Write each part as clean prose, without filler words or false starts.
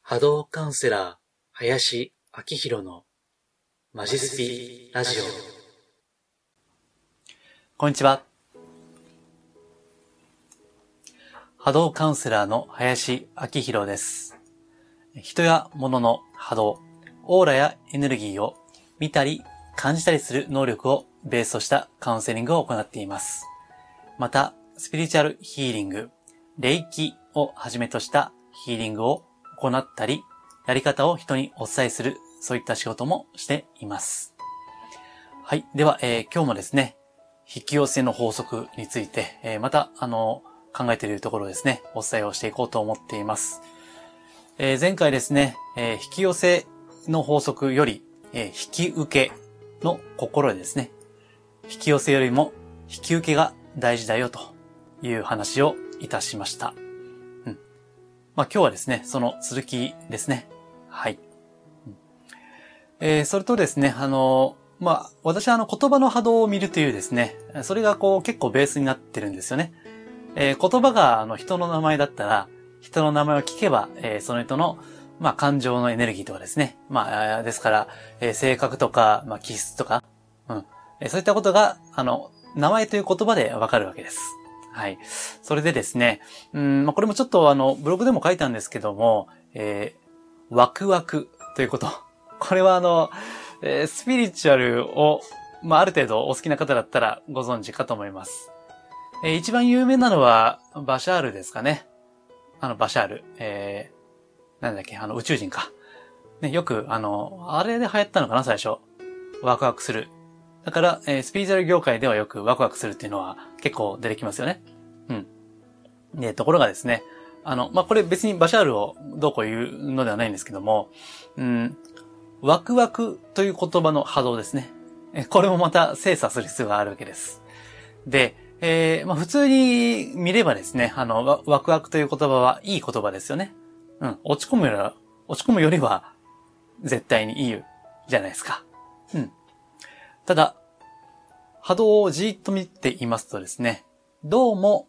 波動カウンセラー林明宏のマジスピラジオ。こんにちは。波動カウンセラーの林明宏です。人や物の波動、オーラやエネルギーを見たり感じたりする能力をベースとしたカウンセリングを行っています。また、スピリチュアルヒーリング、霊気をはじめとしたヒーリングを行ったり、やり方を人にお伝えする、そういった仕事もしています。はい。では、今日もですね、引き寄せの法則について、また、考えているところですね、お伝えをしていこうと思っています。前回ですね、引き寄せの法則より、引き受けの心ですね、引き寄せよりも引き受けが大事だよという話をいたしました。今日はですね、その続きですね。はい。それとですね、私は言葉の波動を見るというですね、それが結構ベースになってるんですよね。言葉が人の名前だったら、人の名前を聞けば、その人の感情のエネルギーとかですね。ですから、性格とか、気質とか、そういったことが、名前という言葉でわかるわけです。はい。それでですね、これもちょっとブログでも書いたんですけども、ワクワクということ。これはスピリチュアルを、ある程度お好きな方だったらご存知かと思います。一番有名なのは、バシャールですかね。バシャール。宇宙人か。ね、よく、あれで流行ったのかな、最初。ワクワクする。だから、スピリチュアル業界ではよくワクワクするっていうのは結構出てきますよね。で、ところがですね、これ別にバシャールをどうこう言うのではないんですけども、ワクワクという言葉の波動ですね。これもまた精査する必要があるわけです。で、普通に見ればですね、ワクワクという言葉はいい言葉ですよね。落ち込むよりは絶対にいいじゃないですか。ただ、波動をじーっと見ていますとですね、どうも、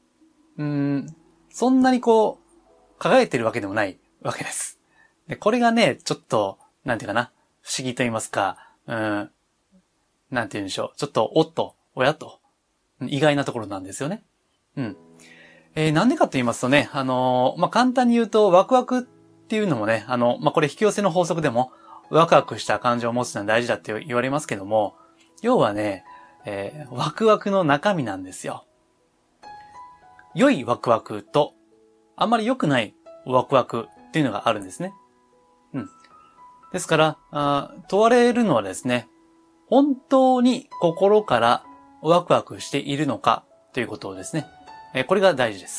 そんなに輝いてるわけでもないわけです。で、これがね、ちょっと、不思議と言いますか、ちょっと、親と、意外なところなんですよね。なんでかと言いますとね、簡単に言うと、ワクワクっていうのもね、これ引き寄せの法則でも、ワクワクした感情を持つのは大事だって言われますけども、要はね、ワクワクの中身なんですよ。良いワクワクと、あんまり良くないワクワクっていうのがあるんですね。ですから、問われるのはですね、本当に心からワクワクしているのかということをですね、これが大事です。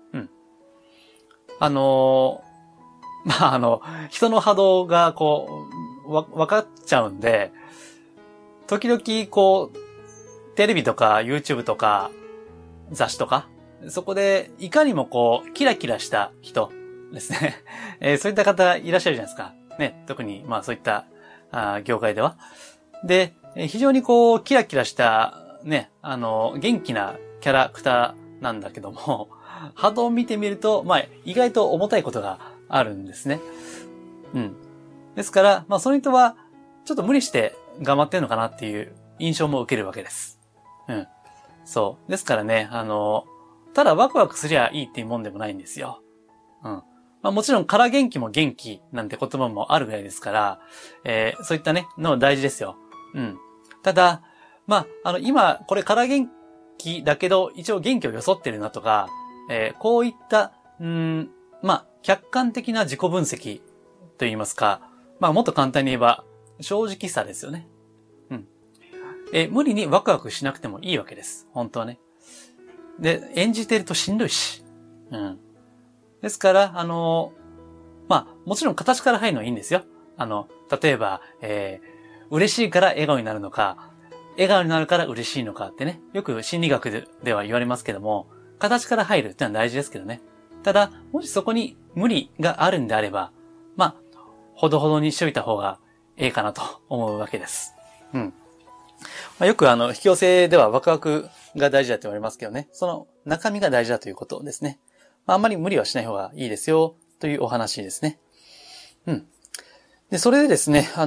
人の波動がわかっちゃうんで、時々テレビとか YouTube とか雑誌とか、そこでいかにもキラキラした人ですね。そういった方いらっしゃるじゃないですか。ね、特にそういった業界では。で、非常にキラキラしたね、元気なキャラクターなんだけども、波動を見てみると、意外と重たいことがあるんですね。ですから、その人は、ちょっと無理して頑張ってるのかなっていう印象も受けるわけです。そう。ですからね、ただワクワクすりゃいいっていうもんでもないんですよ。もちろん、から元気も元気なんて言葉もあるぐらいですから、そういったね、の大事ですよ。ただ、今、これから元気だけど、一応元気を装ってるなとか、こういった、客観的な自己分析と言いますか、もっと簡単に言えば、正直さですよね。無理にワクワクしなくてもいいわけです。本当はね。で、演じてるとしんどいし。ですから、もちろん形から入るのはいいんですよ。例えば、嬉しいから笑顔になるのか、笑顔になるから嬉しいのかってね、よく心理学では言われますけども、形から入るってのは大事ですけどね。ただ、もしそこに無理があるんであれば、ほどほどにしといた方がいいかなと思うわけです。よく引き寄せではワクワクが大事だと言われますけどね、その中身が大事だということですね。あんまり無理はしない方がいいですよ、というお話ですね。 うん。で、それでですね、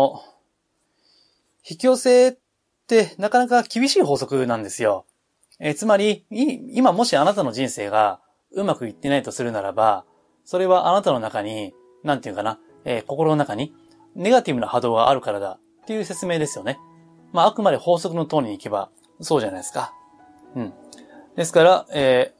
引き寄せってなかなか厳しい法則なんですよ。つまり、今もしあなたの人生がうまくいってないとするならば、それはあなたの中に、なんていうかな、心の中にネガティブな波動があるからだっていう説明ですよね。まあ、あくまで法則の通りに行けば、そうじゃないですか。うん。ですから、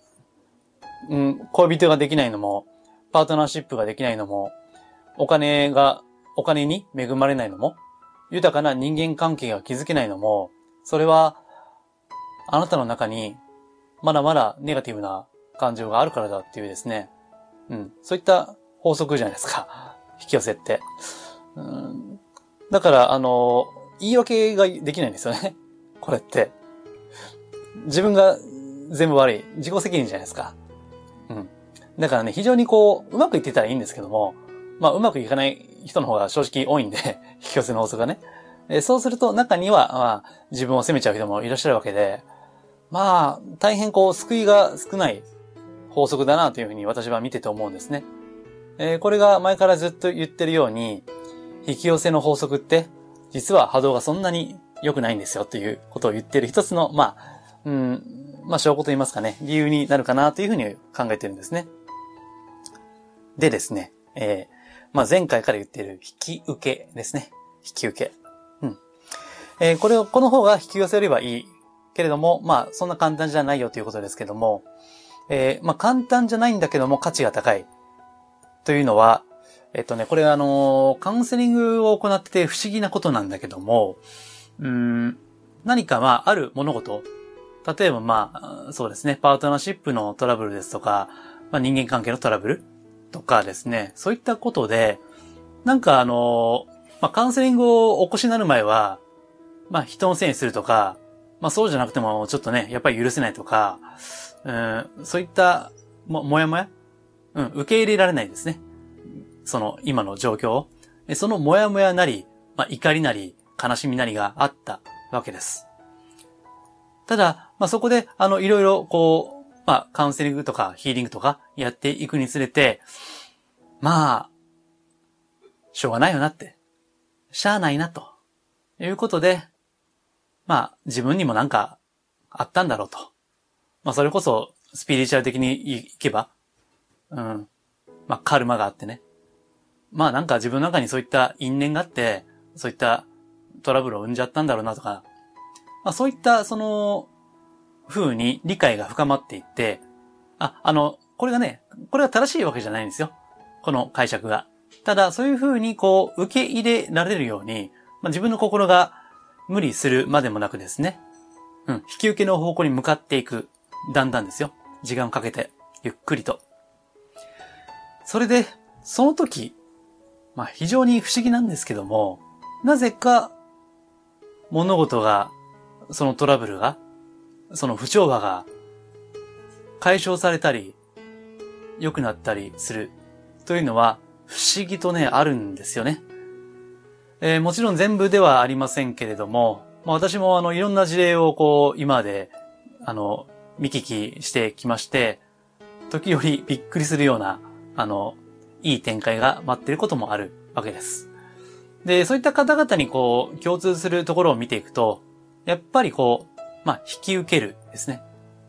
恋人ができないのも、パートナーシップができないのも、お金に恵まれないのも、豊かな人間関係が築けないのも、それは、あなたの中に、まだまだネガティブな感情があるからだっていうですね。うん。そういった法則じゃないですか。引き寄せって。だから、言い訳ができないんですよね。これって。自分が全部悪い。自己責任じゃないですか。うん。だからね、非常にうまくいってたらいいんですけども、まあ、うまくいかない人の方が正直多いんで、引き寄せの法則がね。そうすると中には、まあ、自分を責めちゃう人もいらっしゃるわけで、まあ、大変救いが少ない法則だなというふうに私は見てて思うんですね。これが前からずっと言ってるように、引き寄せの法則って、実は波動がそんなに良くないんですよということを言ってる一つの、まあ証拠と言いますかね、理由になるかなというふうに考えてるんですね。でですね、まあ前回から言っている引き受けですね。引き受け。この方が引き寄せればいいけれども、まあそんな簡単じゃないよということですけども、まあ簡単じゃないんだけども価値が高いというのは、これはカウンセリングを行ってて不思議なことなんだけども、何かまあある物事、例えばまあそうですね、パートナーシップのトラブルですとか、まあ人間関係のトラブルとかですね、そういったことで、なんかまあカウンセリングをお越しになる前は、まあ人のせいにするとか、まあそうじゃなくてもちょっとね、やっぱり許せないとか、そういったもやもや、受け入れられないですね。その今の状況を。そのもやもやなり、まあ怒りなり、悲しみなりがあったわけです。ただ、まあそこでいろいろまあカウンセリングとかヒーリングとかやっていくにつれて、まあ、しょうがないよなって。しゃあないなと。いうことで、まあ自分にもなんかあったんだろうと。まあそれこそスピリチュアル的にいけば、まあカルマがあってね。まあなんか自分の中にそういった因縁があって、そういったトラブルを生んじゃったんだろうなとか、まあそういった風に理解が深まっていって、これが正しいわけじゃないんですよ。この解釈が。ただそういう風に受け入れられるように、まあ自分の心が無理するまでもなくですね、引き受けの方向に向かっていく。だんだんですよ。時間をかけて、ゆっくりと。それで、その時、まあ非常に不思議なんですけども、なぜか物事が、そのトラブルが、その不調和が解消されたり、良くなったりするというのは不思議とね、あるんですよね。もちろん全部ではありませんけれども、まあ私もいろんな事例を今まで、見聞きしてきまして、時折びっくりするような、いい展開が待っていることもあるわけです。で、そういった方々に共通するところを見ていくと、やっぱりまあ、引き受けるですね。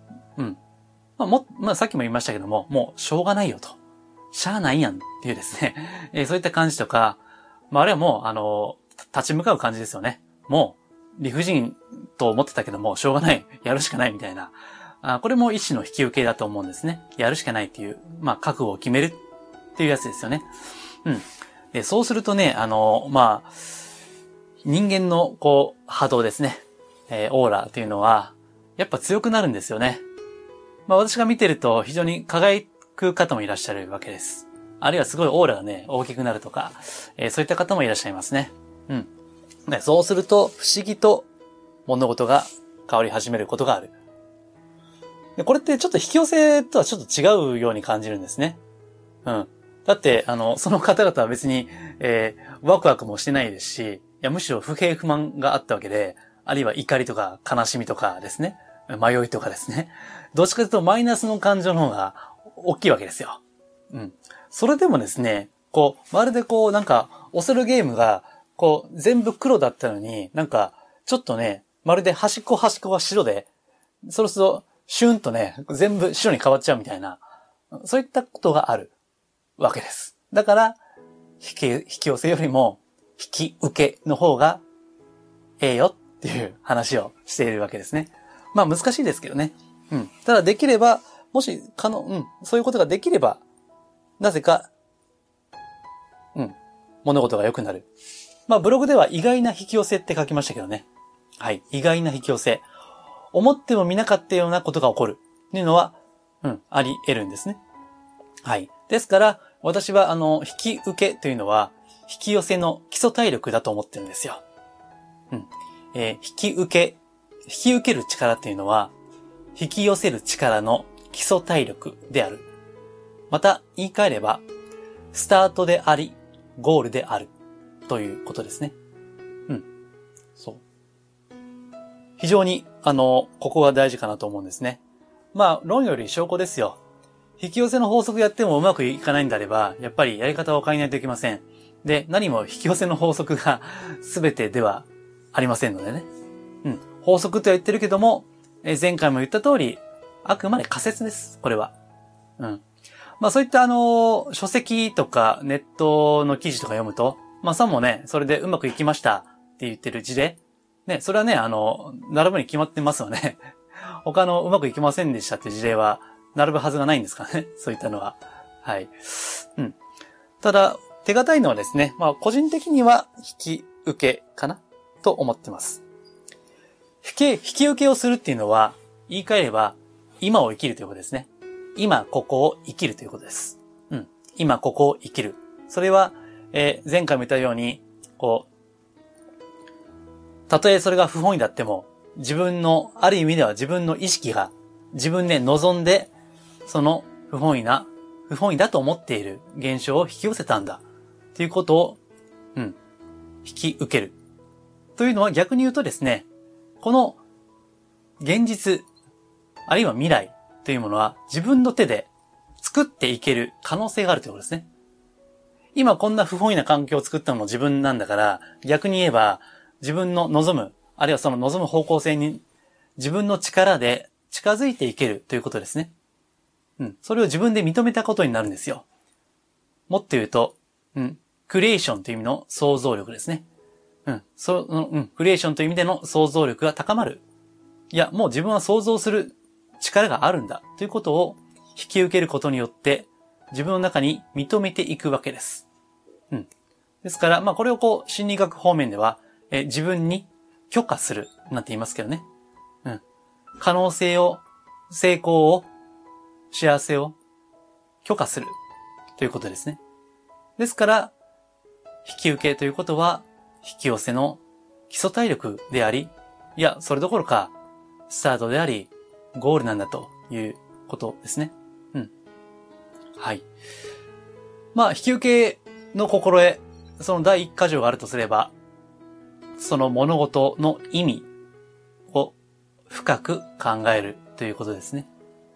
まあ、さっきも言いましたけども、もうしょうがないよと。しゃあないやんっていうですね。そういった感じとか、まあ、あれはもう、立ち向かう感じですよね。もう、理不尽と思ってたけども、しょうがない。やるしかないみたいな。これも一種の引き受けだと思うんですね。やるしかないっていう、まあ、覚悟を決めるっていうやつですよね。で、そうするとね、まあ、人間の波動ですね。オーラというのは、やっぱ強くなるんですよね。まあ私が見てると非常に輝く方もいらっしゃるわけです。あるいはすごいオーラがね、大きくなるとか、そういった方もいらっしゃいますね。で、そうすると不思議と物事が変わり始めることがある。でこれってちょっと引き寄せとはちょっと違うように感じるんですね。だって、その方々は別に、ワクワクもしてないですし、いや、むしろ不平不満があったわけで、あるいは怒りとか悲しみとかですね。迷いとかですね。どっちかというとマイナスの感情の方が大きいわけですよ。それでもですね、 まるでなんか、恐るゲームが、全部黒だったのに、なんか、ちょっとね、まるで端っこが白で、そうすると、シュンとね、全部白に変わっちゃうみたいな、そういったことがあるわけです。だから、引き寄せよりも、引き受けの方が、ええよっていう話をしているわけですね。まあ難しいですけどね。ただできれば、もし、そういうことができれば、なぜか、物事が良くなる。まあブログでは意外な引き寄せって書きましたけどね。はい。意外な引き寄せ。思っても見なかったようなことが起こる。っていうのは、あり得るんですね。はい。ですから、私は引き受けというのは、引き寄せの基礎体力だと思ってるんですよ。引き受ける力っていうのは、引き寄せる力の基礎体力である。また、言い換えれば、スタートであり、ゴールである。ということですね。そう。非常に、ここが大事かなと思うんですね。まあ、論より証拠ですよ。引き寄せの法則やってもうまくいかないんであれば、やっぱりやり方を変えないといけません。で、何も引き寄せの法則が全てではありませんのでね。法則とは言ってるけども、前回も言った通り、あくまで仮説です。これは。まあそういった書籍とかネットの記事とか読むと、まあさもね、それでうまくいきましたって言ってる事例。ね、それはね、並ぶに決まってますよね。他のうまくいきませんでしたって事例は、並ぶはずがないんですかね。そういったのは。はい。ただ、手堅いのはですね、まあ個人的には引き受けかなと思ってます。引き受けをするっていうのは、言い換えれば、今を生きるということですね。今ここを生きるということです。今ここを生きる。それは、前回も言ったように、たとえそれが不本意だっても、ある意味では自分の意識が自分で望んで、その不本意だと思っている現象を引き寄せたんだ。ということを、引き受ける。というのは逆に言うとですね、この現実、あるいは未来というものは自分の手で作っていける可能性があるということですね。今こんな不本意な環境を作ったのも自分なんだから、逆に言えば自分の望む、あるいはその望む方向性に自分の力で近づいていけるということですね。それを自分で認めたことになるんですよ。もっと言うと、クリエーションという意味の想像力ですね。クリエーションという意味での想像力が高まる。いや、もう自分は想像する力があるんだということを引き受けることによって自分の中に認めていくわけです。ですから、まあこれを心理学方面では、自分に許可するなんて言いますけどね。可能性を、成功を、幸せを許可するということですね。ですから、引き受けということは、引き寄せの基礎体力であり、いや、それどころか、スタートであり、ゴールなんだということですね。はい。まあ、引き受けの心得、その第一箇条があるとすれば、その物事の意味を深く考えるということですね。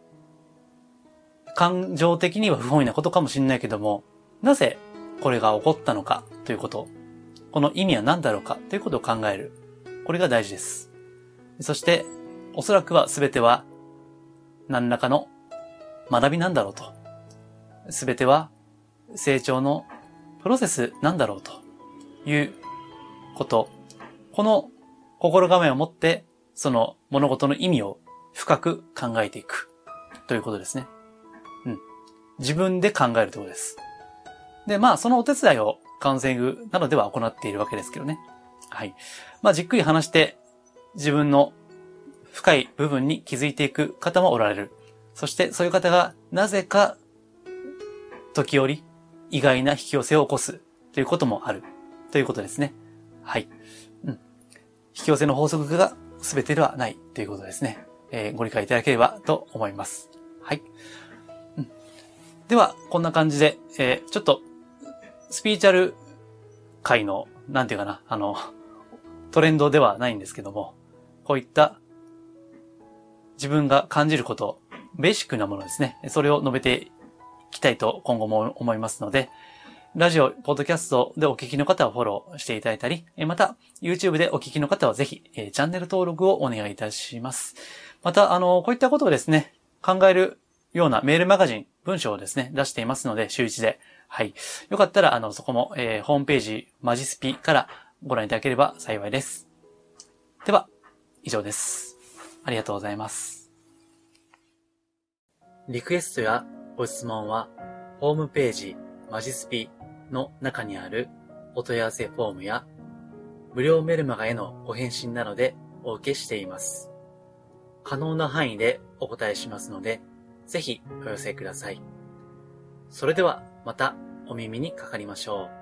感情的には不本意なことかもしれないけども、なぜこれが起こったのかということ、この意味は何だろうかということを考える。これが大事です。そして、おそらくは全ては何らかの学びなんだろうと。全ては成長のプロセスなんだろうということ。この心構えを持って、その物事の意味を深く考えていくということですね。自分で考えるということです。で、まあそのお手伝いをカウンセリングなどでは行っているわけですけどね。はい。まあじっくり話して自分の深い部分に気づいていく方もおられる。そしてそういう方がなぜか時折意外な引き寄せを起こすということもあるということですね。はい。引き寄せの法則が全てではないということですね。ご理解いただければと思います。はい。では、こんな感じで、ちょっとスピーチャル界の、なんていうかな、トレンドではないんですけども、こういった自分が感じること、ベーシックなものですね。それを述べていきたいと今後も思いますので、 ラジオ、ポッドキャストでお聞きの方はフォローしていただいたり、また、YouTube でお聞きの方はぜひ、チャンネル登録をお願いいたします。また、こういったことをですね、考えるようなメールマガジン、文章をですね、出していますので、週1で。はい。よかったら、そこも、ホームページ、マジスピからご覧いただければ幸いです。では、以上です。ありがとうございます。リクエストやご質問は、ホームページ、マジスピの中にあるお問い合わせフォームや、無料メルマガへのご返信などでお受けしています。可能な範囲でお答えしますので、ぜひお寄せください。それではまたお耳にかかりましょう。